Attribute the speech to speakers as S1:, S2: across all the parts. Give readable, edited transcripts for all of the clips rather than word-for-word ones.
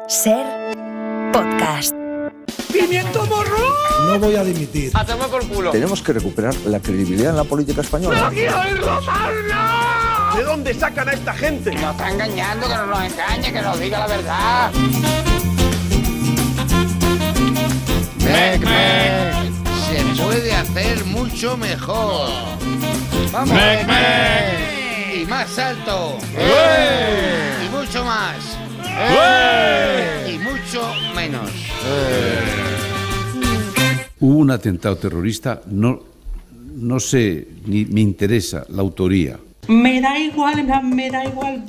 S1: Ser podcast.
S2: ¡Pimiento morro!
S3: No voy a dimitir.
S2: ¡A tomar por culo!
S4: Tenemos que recuperar la credibilidad en la política española.
S2: ¡No quiero oírlo más, no! ¿De dónde sacan a esta gente?
S5: Nos está engañando, que no nos engañe, que nos diga la verdad.
S6: ¡Mec! Se puede hacer mucho mejor. ¡Vamos! ¡Mec! Y más alto. Y mucho más. Y mucho menos.
S7: Hubo un atentado terrorista, no sé, ni me interesa la autoría.
S8: Me da igual, me da igual.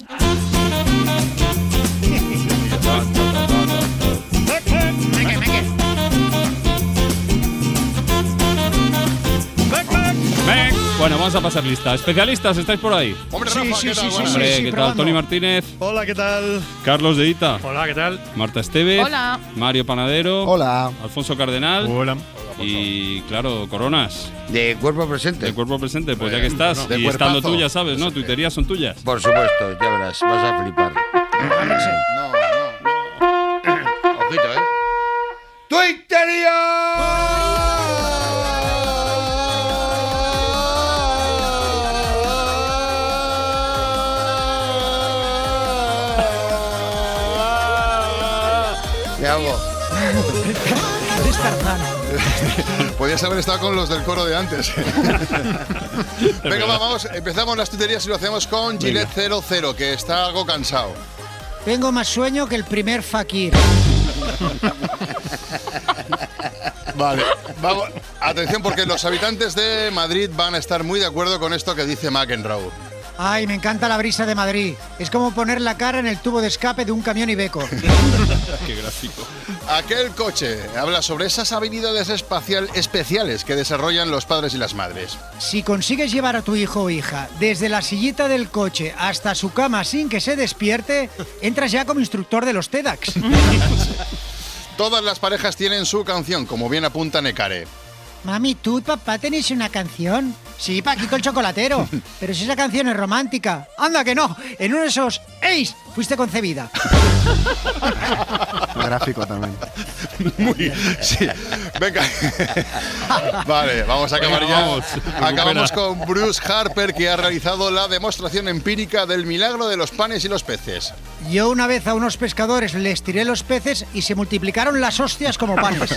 S9: Bueno, vamos a pasar lista. Especialistas, ¿estáis por ahí?
S10: Hombre, Rafa,
S9: sí,
S10: ¿qué tal?
S9: Hombre, ¿qué tal? Tony Martínez.
S10: Hola, ¿qué tal?
S9: Carlos de Ita.
S10: Hola, ¿qué tal?
S9: Marta Estevez.
S11: Hola.
S9: Mario Panadero.
S6: Hola.
S9: Alfonso Cardenal.
S10: Hola.
S9: Y, claro, Coronas.
S6: De cuerpo presente.
S9: De cuerpo presente, pues ya que estás.
S6: De
S9: Y estando
S6: cuerpazo.
S9: tuyas, ¿sabes? ¿No? Tuiterías son tuyas.
S6: Por supuesto, ya verás, vas a flipar. No. Ojito, Me hago.
S10: Podías haber estado con los del coro de antes. Venga, vamos, empezamos las tuterías y lo hacemos con Gillette 00, que está algo cansado.
S12: Tengo más sueño que el primer fakir.
S10: Vale, vamos, atención porque los habitantes de Madrid van a estar muy de acuerdo con esto que dice McEnroe.
S12: Ay, me encanta la brisa de Madrid. Es como poner la cara en el tubo de escape de un camión Iveco.
S9: Qué gráfico.
S10: Aquel coche habla sobre esas habilidades especiales que desarrollan los padres y las madres.
S12: Si consigues llevar a tu hijo o hija desde la sillita del coche hasta su cama sin que se despierte, entras ya como instructor de los TEDx.
S10: Todas las parejas tienen su canción, como bien apunta Necare.
S12: Mami, ¿tú y papá tenéis una canción? Sí, Paquito el chocolatero. Pero si esa canción es romántica. ¡Anda que no! En uno de esos ¡Eis! Fuiste concebida.
S6: Gráfico también.
S10: Muy sí. Venga. Vale, vamos a acabar ya.
S9: Vamos,
S10: Acabamos con Bruce Harper, que ha realizado la demostración empírica del milagro de los panes y los peces.
S12: Yo una vez a unos pescadores les tiré los peces y se multiplicaron las hostias como panes.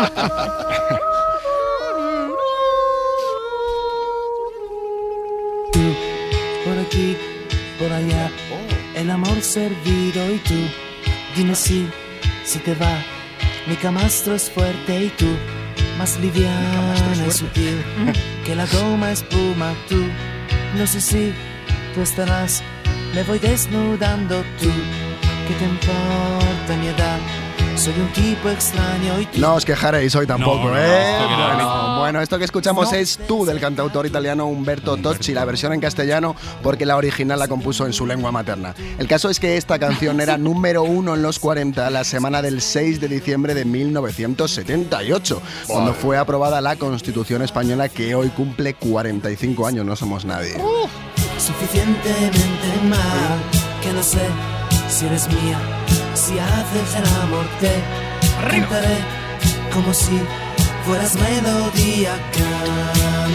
S13: Por aquí, por allá, el amor servido y tú, dime si te va, mi camastro es fuerte y tú, más liviana y sutil, que la goma espuma tú, no sé si tú estarás, me voy desnudando tú, ¿qué te importa mi edad? Soy un tipo extraño y tú...
S6: No os quejaréis hoy tampoco,
S9: No,
S6: Bueno, esto que escuchamos es Tú, del cantautor italiano Umberto Tocci, la versión en castellano porque la original la compuso en su lengua materna. El caso es que esta canción era número 1 en los 40 la semana del 6 de diciembre de 1978, cuando fue aprobada la Constitución española, que hoy cumple 45 años, no somos nadie.
S13: Suficientemente mal, que no sé si eres mía. Si haces el amor te cantaré como si fueras melodía, cantaré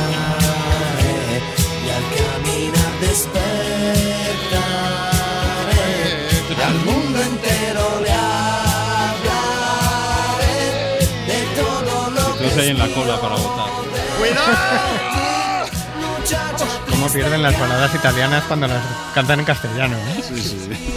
S13: y al caminar despertaré y al mundo entero le hablaré de todo lo que
S9: Estás ahí en la cola para votar.
S14: ¿Cómo pierden las baladas italianas cuando las cantan en castellano?
S9: Sí.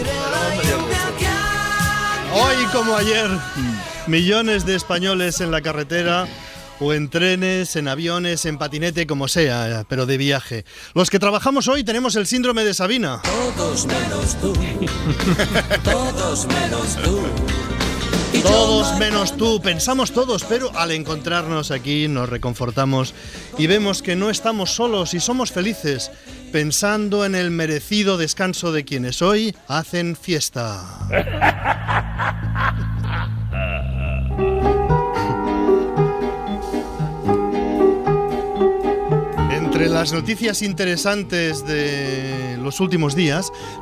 S15: Hoy como ayer, millones de españoles en la carretera o en trenes, en aviones, en patinete, como sea, pero de viaje. Los que trabajamos hoy tenemos el síndrome de Sabina.
S13: Todos menos tú, todos menos tú.
S15: Todos menos tú, pensamos todos, pero al encontrarnos aquí nos reconfortamos y vemos que no estamos solos y somos felices, pensando en el merecido descanso de quienes hoy hacen fiesta. Entre las noticias interesantes de los últimos días,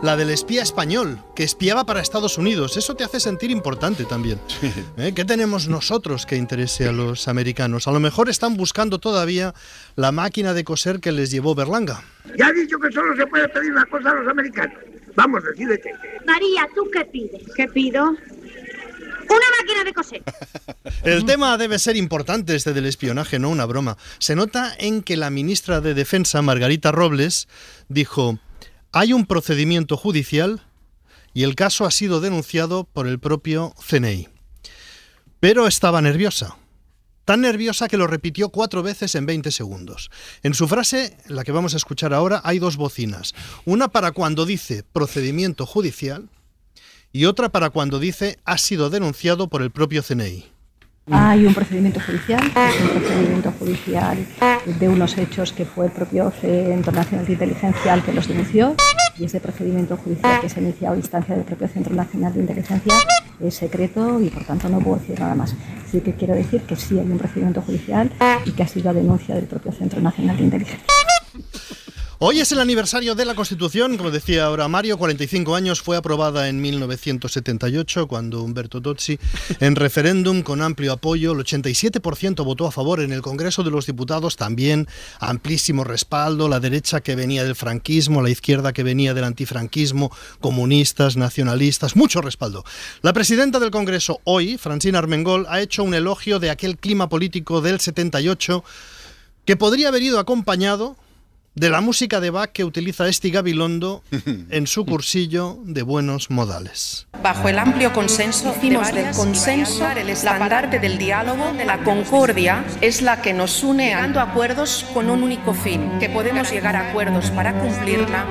S15: la del espía español, que espiaba para Estados Unidos. Eso te hace sentir importante también. ¿Qué tenemos nosotros que interese a los americanos? A lo mejor están buscando todavía la máquina de coser que les llevó Berlanga.
S2: Ya he dicho que solo se puede pedir una cosa a los americanos. Vamos, decídete.
S8: María, ¿tú qué pides? ¿Qué pido? Una máquina de coser.
S15: El tema debe ser importante, este del espionaje, no una broma. Se nota en que la ministra de Defensa, Margarita Robles, dijo: hay un procedimiento judicial y el caso ha sido denunciado por el propio CNI. Pero estaba nerviosa. Tan nerviosa que lo repitió 4 veces en 20 segundos. En su frase, la que vamos a escuchar ahora, hay 2 bocinas. Una para cuando dice procedimiento judicial y otra para cuando dice ha sido denunciado por el propio CNI.
S3: Hay un procedimiento judicial de unos hechos que fue el propio Centro Nacional de Inteligencia el que los denunció, y ese procedimiento judicial que se ha iniciado a instancia del propio Centro Nacional de Inteligencia es secreto y por tanto no puedo decir nada más. Sí que quiero decir que sí hay un procedimiento judicial y que ha sido a denuncia del propio Centro Nacional de Inteligencia.
S15: Hoy es el aniversario de la Constitución, como decía ahora Mario, 45 años, fue aprobada en 1978, cuando Umberto Tozzi, en referéndum con amplio apoyo, el 87% votó a favor. En el Congreso de los Diputados también amplísimo respaldo, la derecha que venía del franquismo, la izquierda que venía del antifranquismo, comunistas, nacionalistas, mucho respaldo. La presidenta del Congreso hoy, Francina Armengol, ha hecho un elogio de aquel clima político del 78 que podría haber ido acompañado de la música de Bach que utiliza Esti Gabilondo en su cursillo de buenos modales.
S11: Bajo el amplio consenso, hicimos del consenso la parte del diálogo, de la concordia, es la que nos une dando acuerdos con un único fin, que podemos llegar a acuerdos para cumplirla.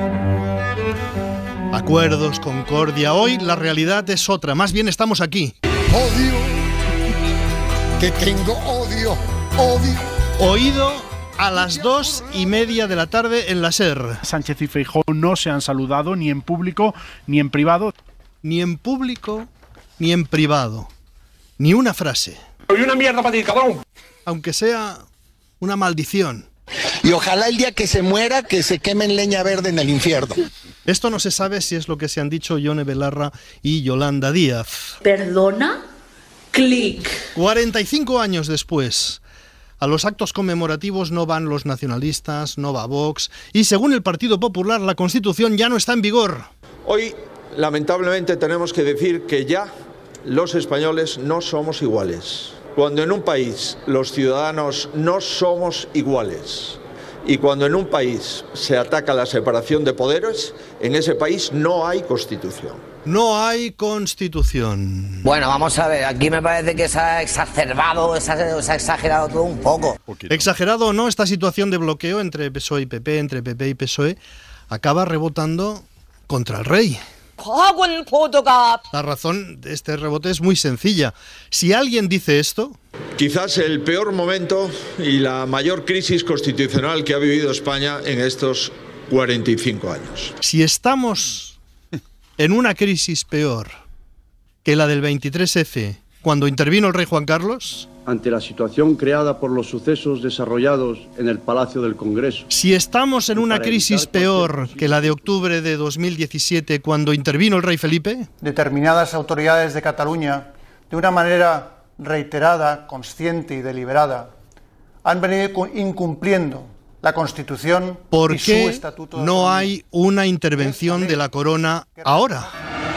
S15: Acuerdos, concordia. Hoy la realidad es otra, más bien estamos aquí.
S16: Odio, que tengo odio.
S15: Oído a las 2:30 de la tarde en la SER.
S17: Sánchez y Feijóo no se han saludado ni en público ni en privado.
S15: Ni en público ni en privado. Ni una frase.
S2: ¡Soy una mierda para ti, cabrón!
S15: Aunque sea una maldición.
S16: Y ojalá el día que se muera, que se queme en leña verde en el infierno.
S15: Esto no se sabe si es lo que se han dicho Yone Belarra y Yolanda Díaz.
S8: ¿Perdona? Clic.
S15: 45 años después. A los actos conmemorativos no van los nacionalistas, no va Vox, y según el Partido Popular la Constitución ya no está en vigor.
S18: Hoy, lamentablemente, tenemos que decir que ya los españoles no somos iguales. Cuando en un país los ciudadanos no somos iguales y cuando en un país se ataca la separación de poderes, en ese país no hay Constitución.
S15: No hay Constitución.
S19: Bueno, vamos a ver, aquí me parece que se ha exacerbado, se ha exagerado todo un poco.
S15: Exagerado o no, esta situación de bloqueo entre PSOE y PP, entre PP y PSOE, acaba rebotando contra el rey. La razón de este rebote es muy sencilla. Si alguien dice esto...
S18: Quizás el peor momento y la mayor crisis constitucional que ha vivido España en estos 45 años.
S15: Si estamos en una crisis peor que la del 23F, cuando intervino el rey Juan Carlos...
S20: Ante la situación creada por los sucesos desarrollados en el Palacio del Congreso.
S15: Si estamos en una crisis peor que la de octubre de 2017, cuando intervino el rey Felipe...
S21: Determinadas autoridades de Cataluña, de una manera reiterada, consciente y deliberada, han venido incumpliendo la Constitución y su Estatuto.
S15: ¿Por qué no hay una intervención de la corona ahora?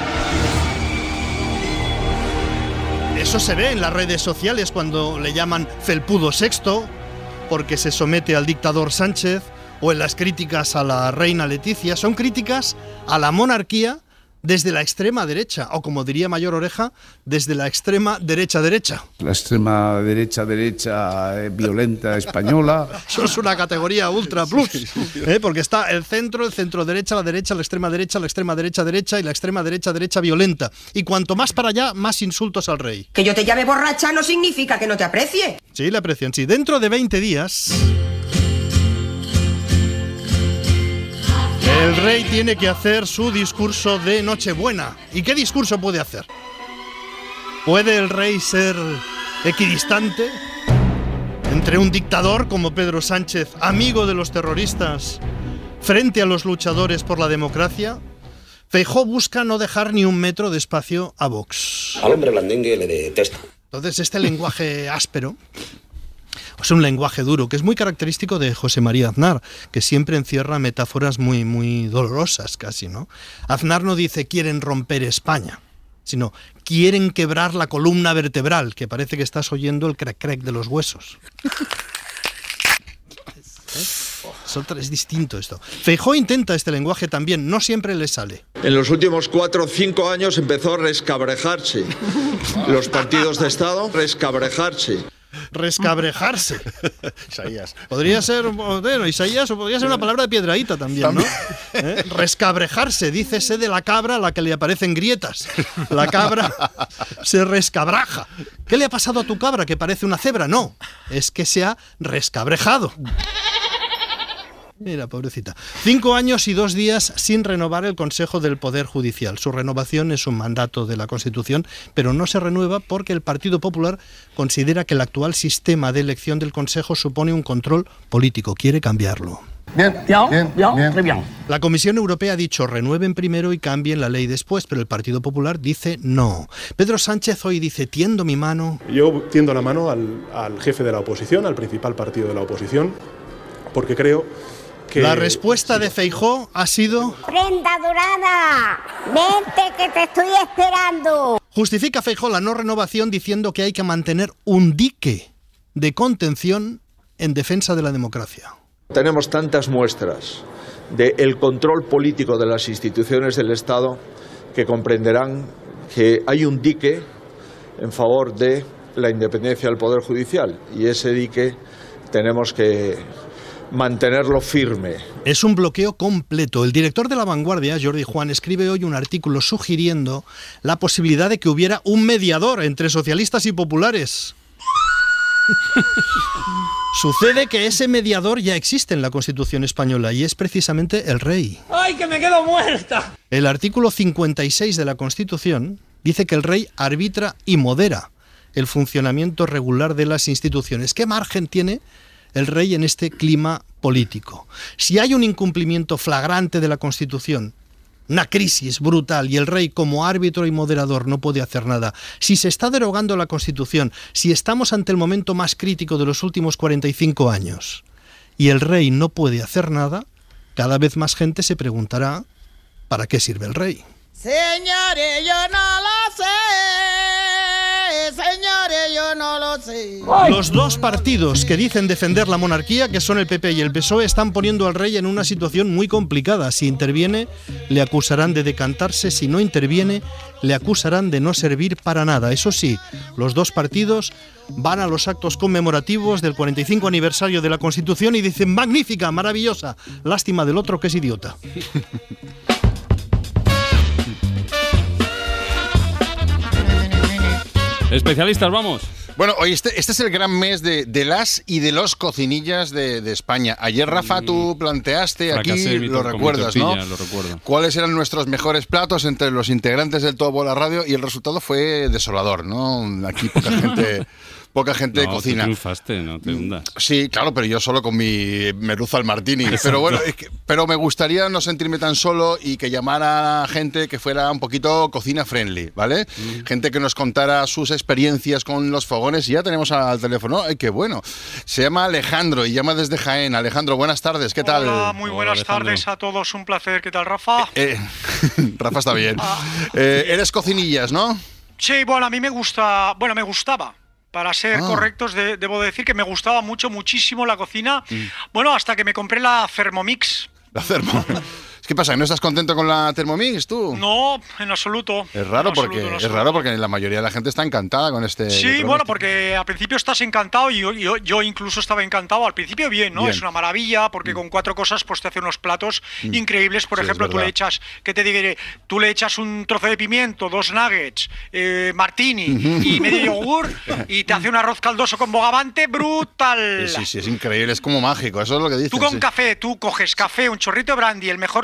S15: Eso se ve en las redes sociales cuando le llaman Felpudo VI, porque se somete al dictador Sánchez, o en las críticas a la reina Leticia. Son críticas a la monarquía desde la extrema derecha, o como diría Mayor Oreja, desde la extrema derecha.
S7: La extrema derecha violenta española.
S15: Eso es una categoría ultra plus, porque está el centro derecha, la extrema derecha y la extrema derecha violenta. Y cuanto más para allá, más insultos al rey.
S22: Que yo te llame borracha no significa que no te aprecie.
S15: Sí, le aprecian, sí. Dentro de 20 días... el rey tiene que hacer su discurso de Nochebuena. ¿Y qué discurso puede hacer? ¿Puede el rey ser equidistante entre un dictador como Pedro Sánchez, amigo de los terroristas, frente a los luchadores por la democracia? Feijóo busca no dejar ni un metro de espacio a Vox.
S1: Al hombre blandengue le detesta.
S15: Entonces, este lenguaje áspero, o sea, un lenguaje duro, que es muy característico de José María Aznar, que siempre encierra metáforas muy, muy dolorosas casi, ¿no? Aznar no dice quieren romper España, sino quieren quebrar la columna vertebral, que parece que estás oyendo el crack-crack de los huesos. Es distinto esto. Feijóo intenta este lenguaje también, no siempre le sale.
S18: En los últimos 4 o 5 años empezó a rescabrejarse. Los partidos de Estado, rescabrejarse.
S15: Rescabrejarse. Isaías. Podría ser, bueno, Isaías, o podría ser una palabra de Piedrahíta también, ¿no? Rescabrejarse, dícese de la cabra a la que le aparecen grietas. La cabra se rescabraja. ¿Qué le ha pasado a tu cabra que parece una cebra? No, es que se ha rescabrejado. Mira, pobrecita. 5 años y 2 días sin renovar el Consejo del Poder Judicial. Su renovación es un mandato de la Constitución, pero no se renueva porque el Partido Popular considera que el actual sistema de elección del Consejo supone un control político. Quiere cambiarlo.
S1: Bien.
S15: La Comisión Europea ha dicho renueven primero y cambien la ley después, pero el Partido Popular dice no. Pedro Sánchez hoy dice tiendo mi mano.
S4: Yo tiendo la mano al jefe de la oposición, al principal partido de la oposición, porque creo que...
S15: La respuesta de Feijóo ha sido...
S8: ¡Prenda dorada! ¡Vente que te estoy esperando!
S15: Justifica Feijóo la no renovación diciendo que hay que mantener un dique de contención en defensa de la democracia.
S18: Tenemos tantas muestras del control político de las instituciones del Estado que comprenderán que hay un dique en favor de la independencia del Poder Judicial y ese dique tenemos que mantenerlo firme.
S15: Es un bloqueo completo. El director de La Vanguardia, Jordi Juan, escribe hoy un artículo sugiriendo la posibilidad de que hubiera un mediador entre socialistas y populares. Sucede que ese mediador ya existe en la Constitución española y es precisamente el rey.
S5: ¡Ay, que me quedo muerta!
S15: El artículo 56 de la Constitución dice que el rey arbitra y modera el funcionamiento regular de las instituciones. ¿Qué margen tiene el rey en este clima político? Si hay un incumplimiento flagrante de la Constitución, una crisis brutal y el rey como árbitro y moderador no puede hacer nada, si se está derogando la Constitución, si estamos ante el momento más crítico de los últimos 45 años y el rey no puede hacer nada, cada vez más gente se preguntará ¿para qué sirve el rey?
S5: Señores, yo no lo sé. Señores, yo no lo sé.
S15: Los dos partidos que dicen defender la monarquía, que son el PP y el PSOE, están poniendo al rey en una situación muy complicada. Si interviene, le acusarán de decantarse. Si no interviene, le acusarán de no servir para nada. Eso sí, los dos partidos van a los actos conmemorativos del 45 aniversario de la Constitución y dicen magnífica, maravillosa. Lástima del otro que es idiota.
S9: Especialistas, vamos.
S23: Bueno, hoy este es el gran mes de las y de los cocinillas de España. Ayer, Rafa, tú planteaste aquí, lo recuerdas, ¿no?
S9: Lo recuerdo.
S23: ¿Cuáles eran nuestros mejores platos entre los integrantes del Todo por la Radio? Y el resultado fue desolador, ¿no? Aquí poca gente cocina.
S9: Tú triunfaste, no te hundas.
S23: Sí, claro, pero yo solo con mi merluza al martini. Pero bueno, pero me gustaría no sentirme tan solo y que llamara a gente que fuera un poquito cocina friendly, ¿vale? Gente que nos contara sus experiencias con los fogones. Y ya tenemos al teléfono. ¡Ay, qué bueno! Se llama Alejandro y llama desde Jaén. Alejandro, buenas tardes. ¿Qué tal?
S24: Hola, muy buenas tardes a todos. Un placer. ¿Qué tal, Rafa?
S23: Rafa está bien. Eres cocinillas, ¿no?
S24: Sí, bueno, a mí me gustaba. Para ser correctos, debo decir que me gustaba muchísimo la cocina. Bueno, hasta que me compré la Thermomix.
S23: La Thermomix. ¿Qué pasa? ¿No estás contento con la Thermomix, tú?
S24: No, en absoluto.
S23: Es raro porque la mayoría de la gente está encantada con este...
S24: Sí, bueno, porque al principio estás encantado y yo incluso estaba encantado. Al principio bien, ¿no? Bien. Es una maravilla porque con 4 cosas pues te hace unos platos increíbles. Por ejemplo, tú le echas, ¿qué te diré? Tú le echas un trozo de pimiento, 2 nuggets, martini y medio yogur y te hace un arroz caldoso con bogavante brutal.
S23: Sí, es increíble, es como mágico, eso es lo que dices.
S24: Tú con café, tú coges café, un chorrito de brandy, el mejor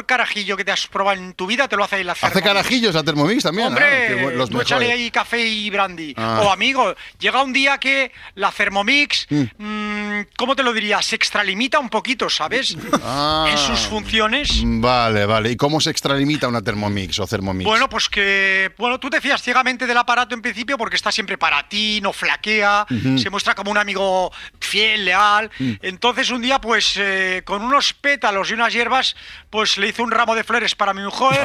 S24: carajillo que te has probado en tu vida te lo hace ahí la Thermomix.
S23: ¿Hace carajillos la Thermomix también?
S24: Hombre,
S23: los
S24: tú échale ahí café y brandy. O amigo, llega un día que la Thermomix, ¿cómo te lo diría? Se extralimita un poquito, ¿sabes? En sus funciones.
S23: Vale. ¿Y cómo se extralimita una Thermomix o Thermomix?
S24: Bueno, pues que tú te fías ciegamente del aparato en principio porque está siempre para ti, no flaquea, se muestra como un amigo fiel, leal. Entonces un día, pues, con unos pétalos y unas hierbas, pues le hizo un ramo de flores para mi mujer.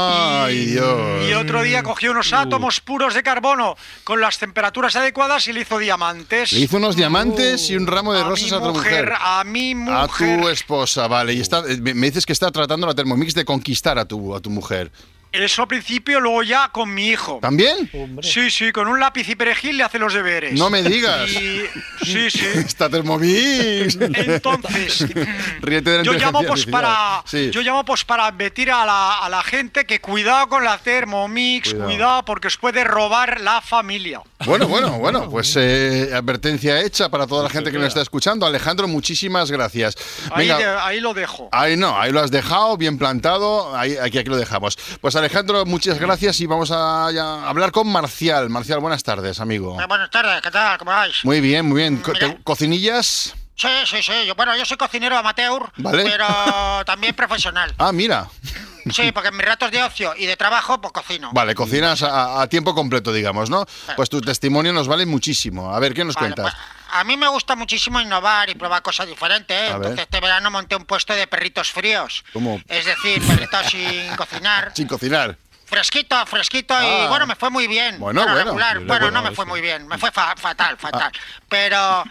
S24: Y otro día cogió unos átomos puros de carbono con las temperaturas adecuadas y le hizo diamantes.
S23: Le hizo unos diamantes y un ramo de rosas a tu mujer.
S24: A mi mujer.
S23: A tu esposa, vale. Y me dices que está tratando la Thermomix de conquistar a tu mujer.
S24: Eso al principio, luego ya con mi hijo.
S23: ¿También?
S24: Sí, con un lápiz y perejil le hace los deberes.
S23: No me digas.
S24: Sí.
S23: Esta Thermomix.
S24: Entonces,
S23: ríete de la
S24: yo llamo
S23: inteligencia
S24: para advertir a la gente que cuidado con la Thermomix, cuidado porque os puede robar la familia.
S23: Bueno, pues advertencia hecha para toda la gente que nos está escuchando. Alejandro, muchísimas gracias. Venga,
S24: ahí lo dejo.
S23: Ahí lo has dejado, bien plantado, aquí lo dejamos. Pues Alejandro, muchas gracias y vamos a hablar con Marcial. Marcial, buenas tardes, amigo.
S1: Buenas tardes, ¿qué tal? ¿Cómo vais?
S23: Muy bien. ¿Cocinillas?
S1: Sí. Yo soy cocinero amateur,
S23: ¿vale?
S1: Pero también profesional.
S23: Ah, mira.
S1: Sí, porque en mis ratos de ocio y de trabajo, pues cocino.
S23: Vale, cocinas a tiempo completo, digamos, ¿no? Pues tu testimonio nos vale muchísimo. A ver, ¿qué nos cuentas?
S1: Pues, a mí me gusta muchísimo innovar y probar cosas diferentes, ¿eh? Entonces este verano monté un puesto de perritos fríos.
S23: ¿Cómo?
S1: Es decir, perritos sin cocinar.
S23: Sin cocinar.
S1: Fresquito y bueno, me fue muy bien. Regular. Bueno, no me fue muy bien, me fue fatal. Pero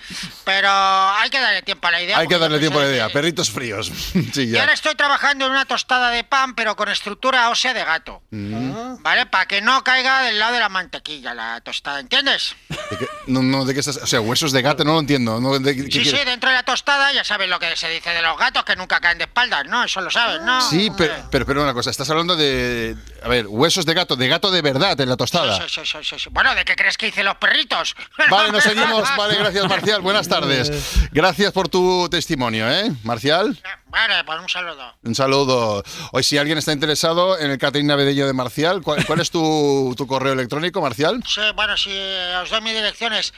S1: hay que darle tiempo a la idea.
S23: Hay que darle tiempo a la idea, perritos fríos. Sí,
S1: y ahora estoy trabajando en una tostada de pan, pero con estructura ósea de gato. ¿Vale? Para que no caiga del lado de la mantequilla la tostada, ¿entiendes?
S23: ¿De qué estás? O sea, huesos de gato no lo entiendo.
S1: Sí, dentro de la tostada ya sabes lo que se dice de los gatos, que nunca caen de espaldas, ¿no? Eso lo sabes, ¿no?
S23: Sí, pero una cosa, estás hablando de... A ver, huesos de gato de verdad en la tostada.
S1: Sí. Bueno, ¿de qué crees que hice los perritos?
S23: Vale, nos seguimos. Vale, gracias, Marcial. Buenas tardes. Gracias por tu testimonio, ¿Marcial?
S1: Vale, pues un saludo.
S23: Un saludo. Hoy, si alguien está interesado en el catering navideño de Marcial, ¿cuál es tu correo electrónico, Marcial?
S1: Sí, bueno, si os doy mi dirección es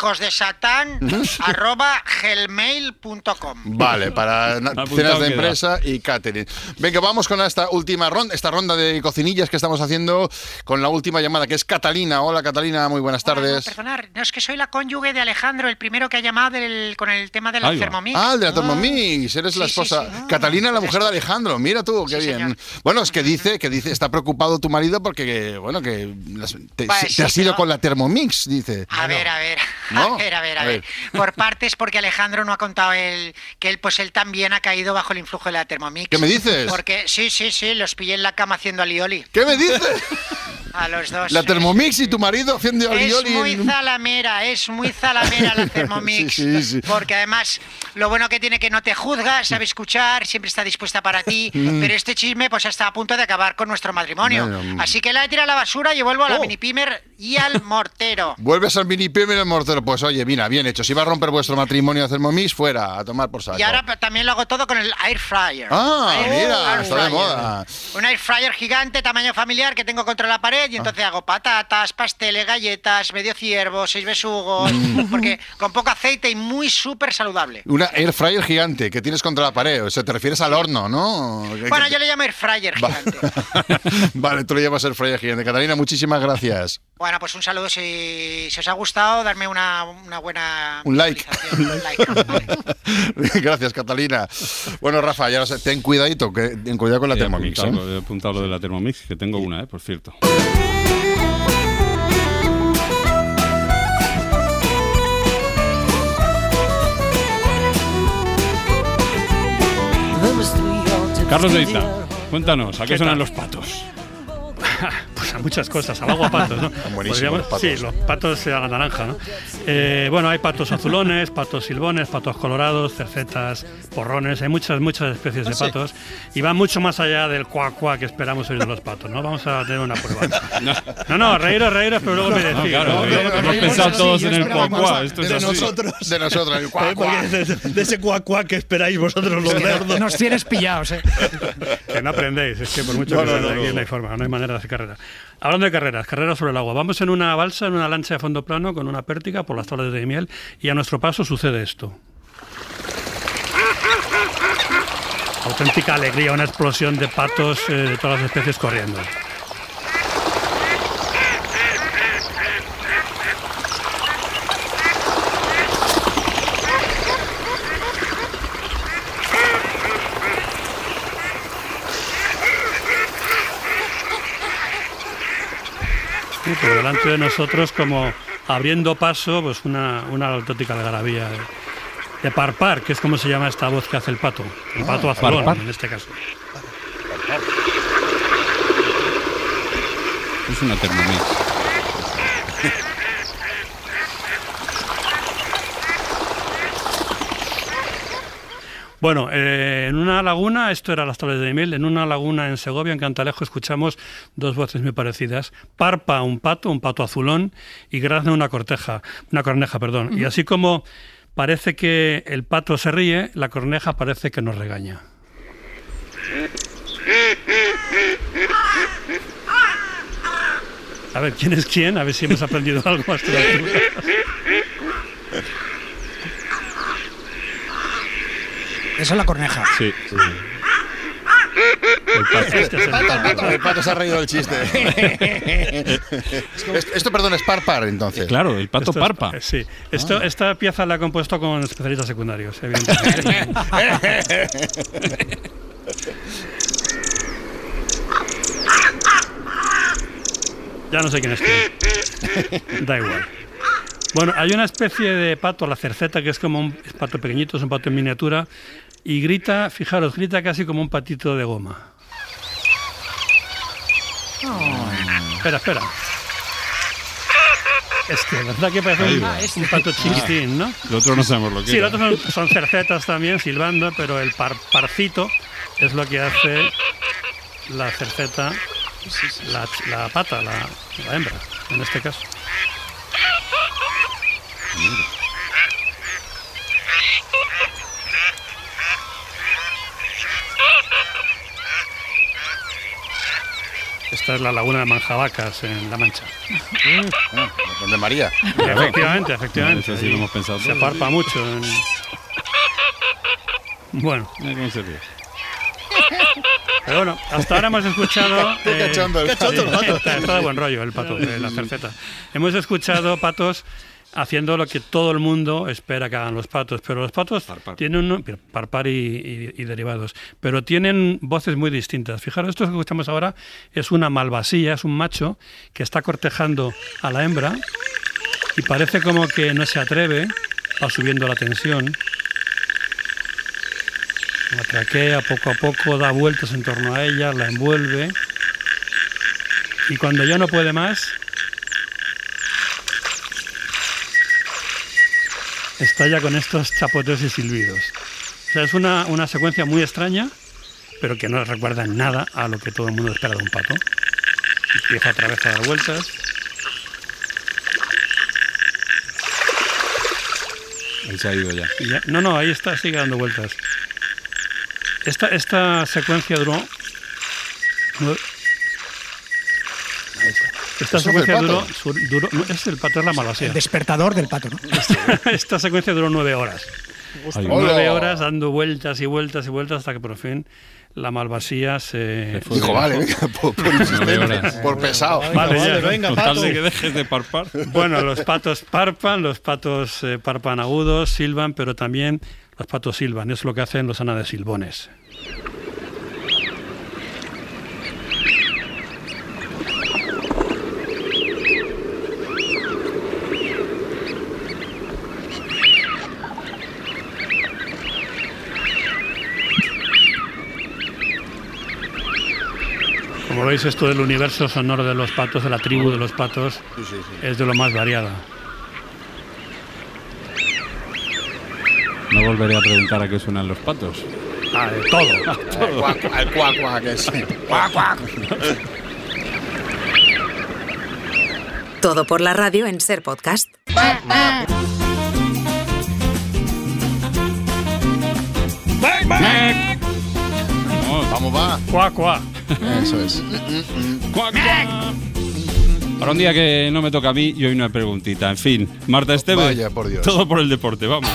S1: hijosdesatán@gmail.com.
S23: Vale, para cenas de empresa y catering. Venga, vamos con esta última ronda de cocinillas que estamos haciendo con la última llamada, que es Catalina. Hola, Catalina, muy buenas tardes.
S6: Perdonar, no, es que soy la cónyuge de Alejandro, el primero que ha llamado con el tema de la Thermomix.
S23: El de la Thermomix, eres la esposa. Catalina, la mujer de Alejandro, mira tú, qué bien. Señor. Bueno, es que dice, está preocupado tu marido porque, bueno, que te has ido con la Thermomix, dice.
S6: A ver. Por partes, porque Alejandro no ha contado que él también ha caído bajo el influjo de la Thermomix.
S23: ¿Qué me dices?
S6: Porque sí, los pillé en la cama haciendo alioli.
S23: ¿Qué me dices?
S6: A los dos.
S23: La Thermomix y tu marido haciendo alioli.
S6: Es muy zalamera la Thermomix.
S23: Sí.
S6: Porque además, lo bueno que tiene que no te juzga, sabe escuchar, siempre está dispuesta para ti. Pero este chisme pues está a punto de acabar con nuestro matrimonio. Así que la he tirado a la basura y vuelvo a la mini pimer y al mortero.
S23: Vuelves al mini pimer y al mortero. Pues oye, mira, bien hecho. Si va a romper vuestro matrimonio a Thermomix, fuera, a tomar por saco.
S6: Y ahora también lo hago todo con el air fryer.
S23: Mira, está de moda.
S6: Un air fryer gigante, tamaño familiar, que tengo contra la pared y entonces hago patatas, pasteles, galletas, medio ciervo, 6 besugos, porque con poco aceite y muy súper saludable.
S23: Una air fryer gigante que tienes contra la pared, o sea, te refieres al horno, ¿no?
S6: Bueno, yo le llamo air fryer gigante.
S23: Vale, tú le llamas air fryer gigante. Catalina, muchísimas gracias.
S6: Bueno, pues un saludo, si os ha gustado, darme una buena...
S23: Un like. Gracias, Catalina. Bueno, Rafa, ya ten cuidadito, ten cuidado con la Thermomix.
S9: He apuntado lo de la Thermomix, que tengo una, por cierto. Carlos Leita, cuéntanos, ¿a qué suenan los patos?
S14: Pues a
S3: muchas cosas, al agua patos, ¿no?
S23: Buenísimos los patos.
S3: Sí, los patos a la naranja, ¿no? Bueno, hay patos azulones, patos silbones, patos colorados, cercetas, porrones, hay muchas especies de patos y van mucho más allá del cuac que esperamos oír de los patos, ¿no? Vamos a tener una prueba. No, reíros, pero luego me decís.
S9: Claro, hemos pensado todos en el cuac. Esto es
S15: de
S9: así.
S15: nosotros, el cuac. De ese cuac que esperáis vosotros los cerdos.
S24: Nos tienes pillados,
S3: Que no aprendéis, es que por mucho que aquí no hay forma, no hay manera de hacer carrera. Hablando de carreras sobre el agua, vamos en una balsa, en una lancha de fondo plano con una pértiga por las tablas de Daimiel y a nuestro paso sucede esto. Auténtica alegría, una explosión de patos de todas las especies corriendo. Pero delante de nosotros, como abriendo paso, pues una auténtica algarabía de parpar, que es como se llama esta voz que hace el pato azulón, parpar. En este caso.
S9: Es una Thermomix.
S3: Bueno, en una laguna, esto era las tablas de Daimiel, en una laguna en Segovia, en Cantalejo, escuchamos dos voces muy parecidas. Parpa un pato azulón, y grazna una corneja. Y así como parece que el pato se ríe, la corneja parece que nos regaña. A ver, ¿quién es quién? A ver si hemos aprendido algo hasta la altura.
S24: Esa es la corneja.
S9: Sí.
S23: El pato se ha reído del chiste. Esto, perdón, es parpar, entonces.
S9: Claro, el pato parpa.
S3: Sí. Esta pieza la he compuesto con especialistas secundarios, evidentemente. Ya no sé quién es quién. Da igual. Bueno, hay una especie de pato, la cerceta, que es como un pato pequeñito, es un pato en miniatura, y grita, fijaros, grita casi como un patito de goma. Espera. Es que, ¿verdad que parece un pato chiquitín, no?
S9: El otro no sabemos lo que
S3: Sí, los otros son cercetas también, silbando, pero el parcito es lo que hace la cerceta, la pata, la hembra, en este caso. Esta es la laguna de Manjavacas, en La Mancha.
S23: ¿Dónde María?
S3: Efectivamente.
S9: Eso sí lo hemos pensado.
S3: Se parpa mucho. Bueno. Pero bueno, hasta ahora hemos escuchado... Está de buen rollo el pato, la cerceta. Hemos escuchado patos haciendo lo que todo el mundo espera que hagan los patos, pero los patos tienen parpar y derivados, pero tienen voces muy distintas. Fijaros, esto que escuchamos ahora es una malvasía, es un macho que está cortejando a la hembra y parece como que no se atreve, va subiendo la tensión. La traquea poco a poco, da vueltas en torno a ella, la envuelve y cuando ya no puede más, estalla con estos chapoteos y silbidos. O sea, es una secuencia muy extraña, pero que no recuerda en nada a lo que todo el mundo espera de un pato. Empieza otra vez a dar vueltas.
S9: Ahí se ha ido ya.
S3: No, ahí está, sigue dando vueltas. Esta secuencia duró... Esta secuencia duró no, es el pato, es la malvasía.
S24: El despertador del pato, ¿no?
S3: Esta secuencia duró 9 horas. 9 horas dando vueltas y vueltas y vueltas hasta que por fin la malvasía se...
S23: Dijo, vale, venga, por pesado.
S3: Vale,
S9: venga, pato. De que dejes de parpar.
S3: Bueno, los patos parpan agudos, silban, pero también los patos silban. Es lo que hacen los anadesilbones. Como Como veis, esto del universo sonoro de los patos, de la tribu de los patos, es de lo más variada.
S9: No volveré a preguntar a qué suenan los patos.
S3: De todo.
S23: Al cuac, cuac, que es.
S1: Cuac, cuac.
S10: Todo por la radio en Ser Podcast.
S23: Vamos, va.
S3: Cuac, cuac.
S23: Eso es.
S9: Cuac, cuac. Para un día que no me toca a mí, y hoy una preguntita. En fin, Marta Esteve.
S23: Vaya, por Dios.
S9: Todo por el deporte, vamos.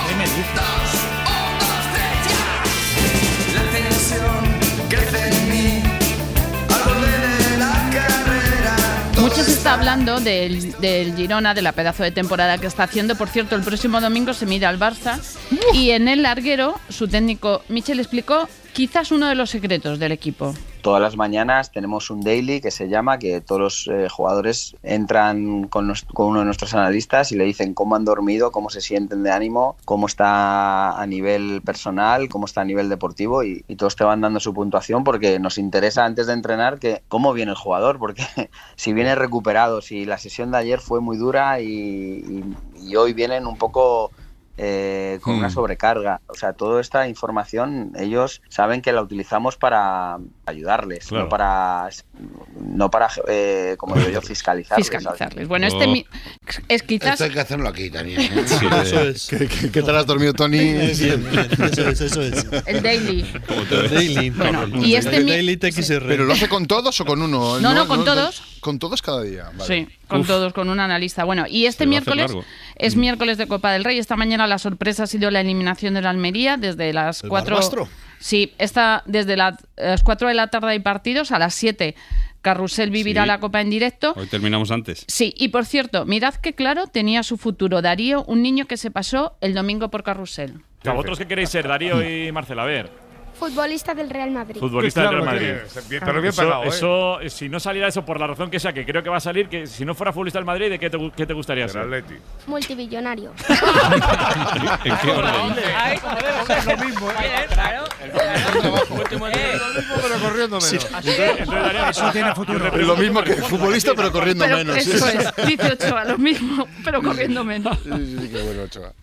S11: Mucho se está hablando del Girona, de la pedazo de temporada que está haciendo. Por cierto, el próximo domingo se mide al Barça. Y en el larguero, su técnico Michel explicó quizás uno de los secretos del equipo.
S12: Todas las mañanas tenemos un daily que se llama, que todos los jugadores entran con uno de nuestros analistas y le dicen cómo han dormido, cómo se sienten de ánimo, cómo está a nivel personal, cómo está a nivel deportivo, y todos te van dando su puntuación, porque nos interesa antes de entrenar que cómo viene el jugador, porque si viene recuperado, si la sesión de ayer fue muy dura y hoy vienen un poco con una sobrecarga. O sea, toda esta información ellos saben que la utilizamos para ayudarles, claro. no para como digo yo, fiscalizarles.
S11: Bueno, es quizás...
S1: Esto hay que hacerlo aquí, Tony.
S23: Sí, eso es. ¿Qué tal has dormido, Tony?
S15: Bien. Eso es.
S11: El daily.
S15: El daily.
S11: Bueno, y
S15: el daily TXR.
S23: ¿Pero lo hace con todos o con uno?
S11: No, con todos.
S23: ¿Con todos cada día? Vale.
S11: Sí, con todos, con un analista. Bueno, y este miércoles es miércoles de Copa del Rey. Esta mañana la sorpresa ha sido la eliminación de la Almería desde las 4. Sí, desde las 4 de la tarde hay partidos, a las 7 Carrusel vivirá la Copa en directo.
S9: Hoy terminamos antes.
S11: Sí, y por cierto, mirad qué claro tenía su futuro Darío, un niño que se pasó el domingo por Carrusel.
S13: ¿Vosotros qué queréis ser, Darío y Marcela? A ver.
S25: Futbolista del Real Madrid.
S13: Futbolista del Real Madrid.
S2: Pero bien pagado,
S13: eso, si no saliera eso por la razón que sea, que creo que va a salir, que si no fuera futbolista del Madrid, ¿de qué te gustaría ser?
S2: Atleti.
S25: Multimillonario.
S9: ¿En qué orden?
S2: Ay, joder, es lo mismo,
S13: Claro.
S2: Lo mismo, pero corriendo menos.
S13: Entonces, Darío,
S17: eso tiene futuro.
S23: Lo mismo que futbolista, pero corriendo menos.
S11: Eso es, dice Ochoa, lo mismo, pero corriendo menos.
S23: Sí, qué bueno, Ochoa.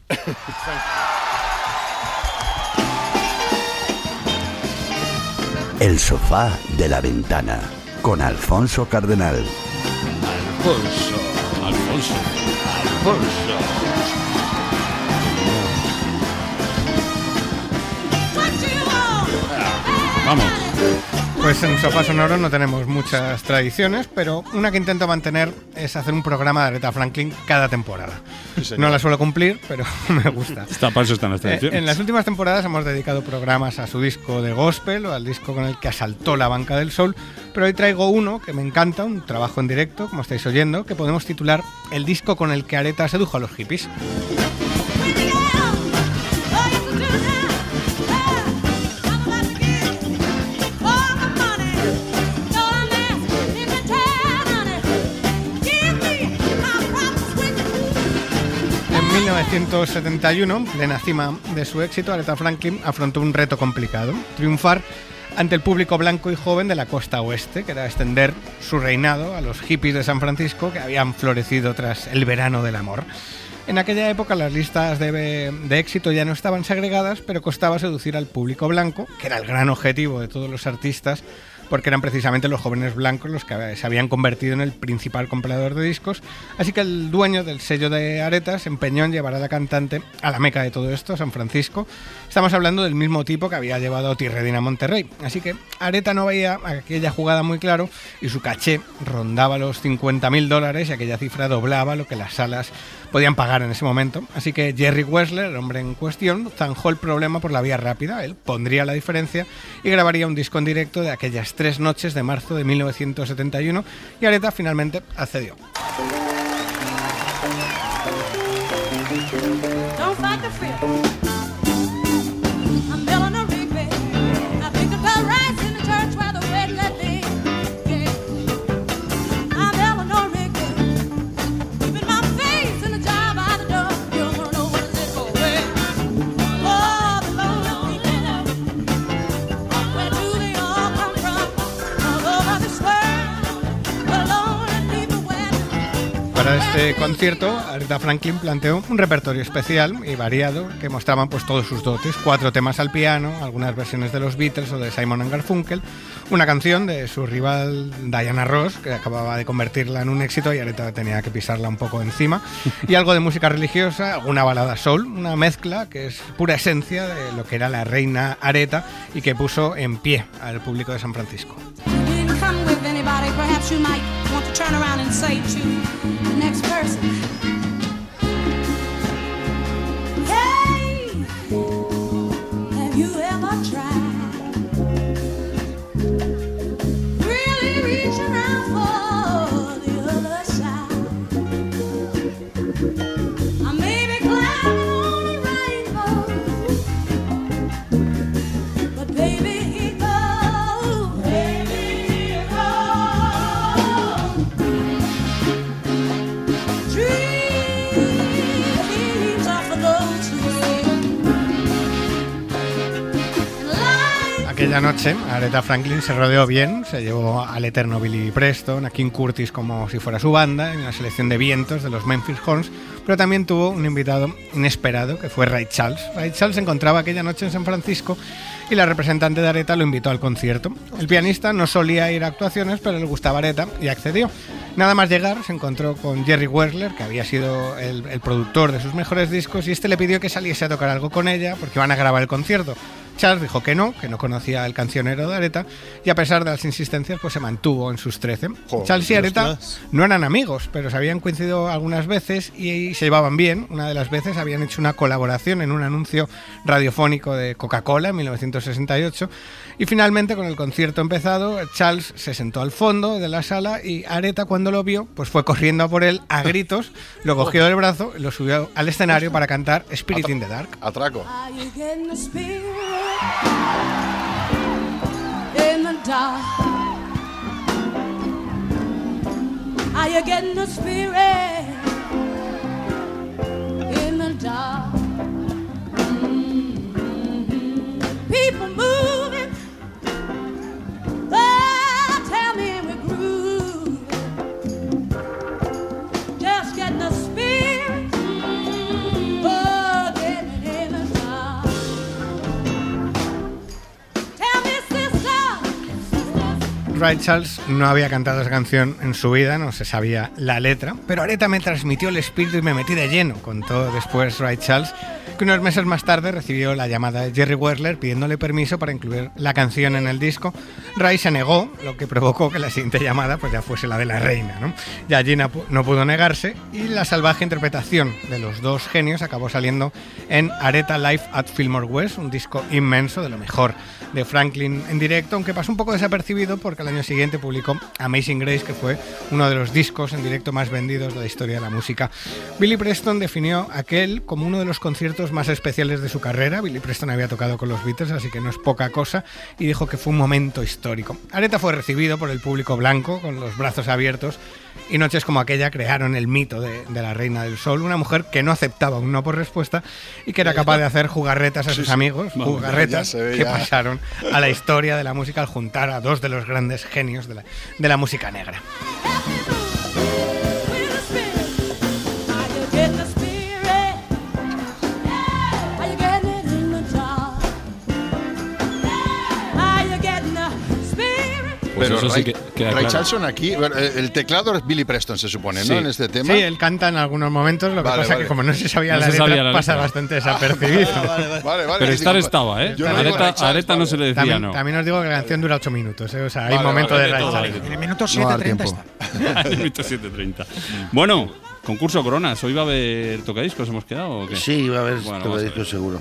S26: El sofá de la ventana, con Alfonso Cardenal.
S9: Alfonso. Vamos.
S14: Pues en Sofá Sonoro no tenemos muchas tradiciones, pero una que intento mantener es hacer un programa de Aretha Franklin cada temporada. Sí, no la suelo cumplir, pero me gusta.
S9: Para eso están las tradiciones.
S14: En las últimas temporadas hemos dedicado programas a su disco de gospel o al disco con el que asaltó la banca del soul, pero hoy traigo uno que me encanta, un trabajo en directo, como estáis oyendo, que podemos titular El disco con el que Aretha sedujo a los hippies. En 1971, en plena cima de su éxito, Aretha Franklin afrontó un reto complicado: triunfar ante el público blanco y joven de la costa oeste, que era extender su reinado a los hippies de San Francisco que habían florecido tras el verano del amor. En aquella época las listas de éxito ya no estaban segregadas, pero costaba seducir al público blanco, que era el gran objetivo de todos los artistas, porque eran precisamente los jóvenes blancos los que se habían convertido en el principal comprador de discos. Así que el dueño del sello de Aretha se empeñó en llevar a la cantante a la meca de todo esto, a San Francisco. Estamos hablando del mismo tipo que había llevado a Otis Redding a Monterrey. Así que Aretha no veía aquella jugada muy claro y su caché rondaba los $50.000 y aquella cifra doblaba lo que las salas podían pagar en ese momento. Así que Jerry Wessler, el hombre en cuestión, zanjó el problema por la vía rápida. Él pondría la diferencia y grabaría un disco en directo de aquellas 3 noches de marzo de 1971, y Aretha finalmente accedió.
S26: Swear
S14: Para este concierto, Aretha Franklin planteó un repertorio especial y variado que mostraban pues todos sus dotes. 4 temas al piano, algunas versiones de los Beatles o de Simon & Garfunkel, una canción de su rival Diana Ross, que acababa de convertirla en un éxito y Aretha tenía que pisarla un poco encima, y algo de música religiosa, alguna balada soul, una mezcla que es pura esencia de lo que era la reina Aretha y que puso en pie al público de San Francisco.
S7: Perhaps you might want to turn around and say to the next person, hey, have you ever tried really reach around for the other side? I may be climbing on a rainbow, but baby,
S14: aquella noche Aretha Franklin se rodeó bien, se llevó al eterno Billy Preston, a King Curtis como si fuera su banda, en la selección de vientos de los Memphis Horns, pero también tuvo un invitado inesperado que fue Ray Charles. Ray Charles se encontraba aquella noche en San Francisco y la representante de Aretha lo invitó al concierto. El pianista no solía ir a actuaciones, pero le gustaba Aretha y accedió. Nada más llegar se encontró con Jerry Wersler, que había sido el productor de sus mejores discos, y este le pidió que saliese a tocar algo con ella porque iban a grabar el concierto. Charles dijo que no conocía el cancionero de Aretha, y a pesar de las insistencias pues se mantuvo en sus 13. Charles y Aretha no eran amigos, pero se habían coincidido algunas veces y se llevaban bien. Una de las veces habían hecho una colaboración en un anuncio radiofónico de Coca-Cola en 1968, y finalmente, con el concierto empezado, Charles se sentó al fondo de la sala y Aretha, cuando lo vio, pues fue corriendo a por él a gritos, lo cogió del brazo y lo subió al escenario para cantar Spirit in the Dark.
S23: Atraco.
S7: In the dark, are you getting the spirit in the dark? Mm-hmm. People moving, tell me we groove. Just getting the spirit, oh, getting in the dark.
S14: Ray Charles no había cantado esa canción en su vida, no se sabía la letra, pero Aretha me transmitió el espíritu y me metí de lleno, contó después Ray Charles, que unos meses más tarde recibió la llamada de Jerry Wersler pidiéndole permiso para incluir la canción en el disco. Ray se negó, lo que provocó que la siguiente llamada pues ya fuese la de la reina, ¿no? Y allí no pudo negarse, y la salvaje interpretación de los dos genios acabó saliendo en Aretha Live at Fillmore West, un disco inmenso de lo mejor de Franklin en directo, aunque pasó un poco desapercibido porque al año siguiente publicó Amazing Grace, que fue uno de los discos en directo más vendidos de la historia de la música. Billy Preston definió aquel como uno de los conciertos más especiales de su carrera. Billy Preston había tocado con los Beatles, así que no es poca cosa, y dijo que fue un momento histórico. Aretha fue recibido por el público blanco con los brazos abiertos, y noches como aquella crearon el mito de la reina del soul, una mujer que no aceptaba un no por respuesta y que era capaz de hacer jugarretas a sus amigos, jugarretas que pasaron a la historia de la música al juntar a dos de los grandes genios de la música negra.
S23: Pues pero eso sí que Ray Charles aquí, el teclado es Billy Preston, se supone, ¿no? En este tema.
S14: Sí, él canta en algunos momentos, lo que pasa que como no se sabía la letra, pasa bastante desapercibido.
S23: Vale.
S9: Pero estar estaba, ¿eh? A Aretha no se le decía no.
S14: También os digo que la canción dura 8 minutos, ¿eh? O sea, hay momentos de Ray Charles.
S24: En el minuto 7:30 está.
S9: En el minuto 7:30. Bueno, concurso Coronas. ¿Hoy va a haber tocadiscos? ¿Hemos quedado o qué?
S16: Sí, va a haber tocadiscos seguro.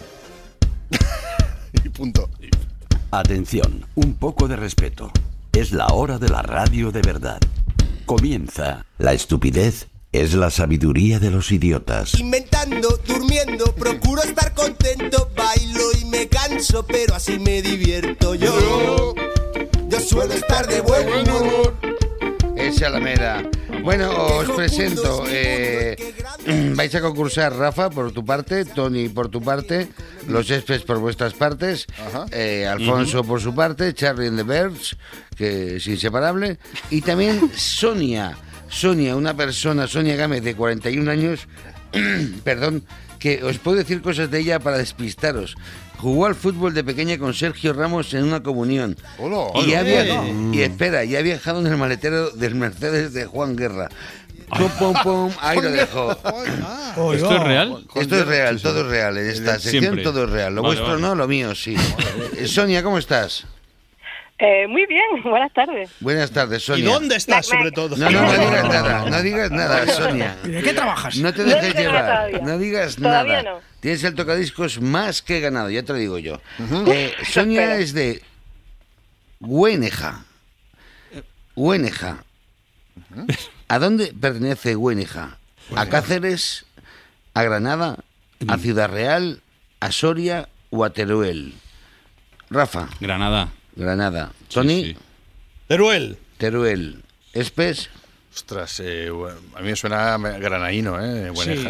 S23: Y punto.
S26: Atención, un poco de respeto. Es la hora de la radio de verdad. Comienza. La estupidez es la sabiduría de los idiotas.
S19: Inventando, durmiendo, procuro estar contento. Bailo y me canso, pero así me divierto yo. Yo suelo estar de buen humor.
S16: Esa la mera. Bueno, os presento. Vais a concursar Rafa por tu parte, Tony por tu parte, los Espes por vuestras partes, Alfonso por su parte, Charlie and the Birds, que es inseparable, y también Sonia Sonia, una persona, Sonia Gámez, de 41 años, perdón, que os puedo decir cosas de ella para despistaros. Jugó al fútbol de pequeña con Sergio Ramos en una comunión. Y espera, ya ha viajado en el maletero del Mercedes de Juan Guerra. Pum, pum, pum, ahí lo dejo.
S9: ¿Esto es real?
S16: Esto es real, todo es real. En esta sección
S9: Siempre.
S16: todo es real. Lo vuestro no, lo mío sí. Sonia, ¿cómo estás?
S4: Muy bien, buenas tardes.
S16: Buenas tardes, Sonia.
S15: ¿Y dónde estás, sobre todo?
S16: No digas nada, no digas nada, Sonia.
S14: ¿Y de qué trabajas?
S16: No te dejes
S4: No,
S16: llevar,
S4: todavía.
S16: no digas
S4: Todavía
S16: nada.
S4: no.
S16: Tienes el tocadiscos más que ganado, ya te lo digo yo.
S4: Espero.
S16: Sonia es de Güeneja. Güeneja. ¿A dónde pertenece Güeneja? ¿A Cáceres? ¿A Granada? ¿A Ciudad Real? ¿A Soria o a Teruel? Rafa.
S9: Granada.
S16: ¿Tony?
S15: Teruel.
S16: ¿Espes?
S23: Ostras, a mí me suena granaíno, ¿eh? Bueneja,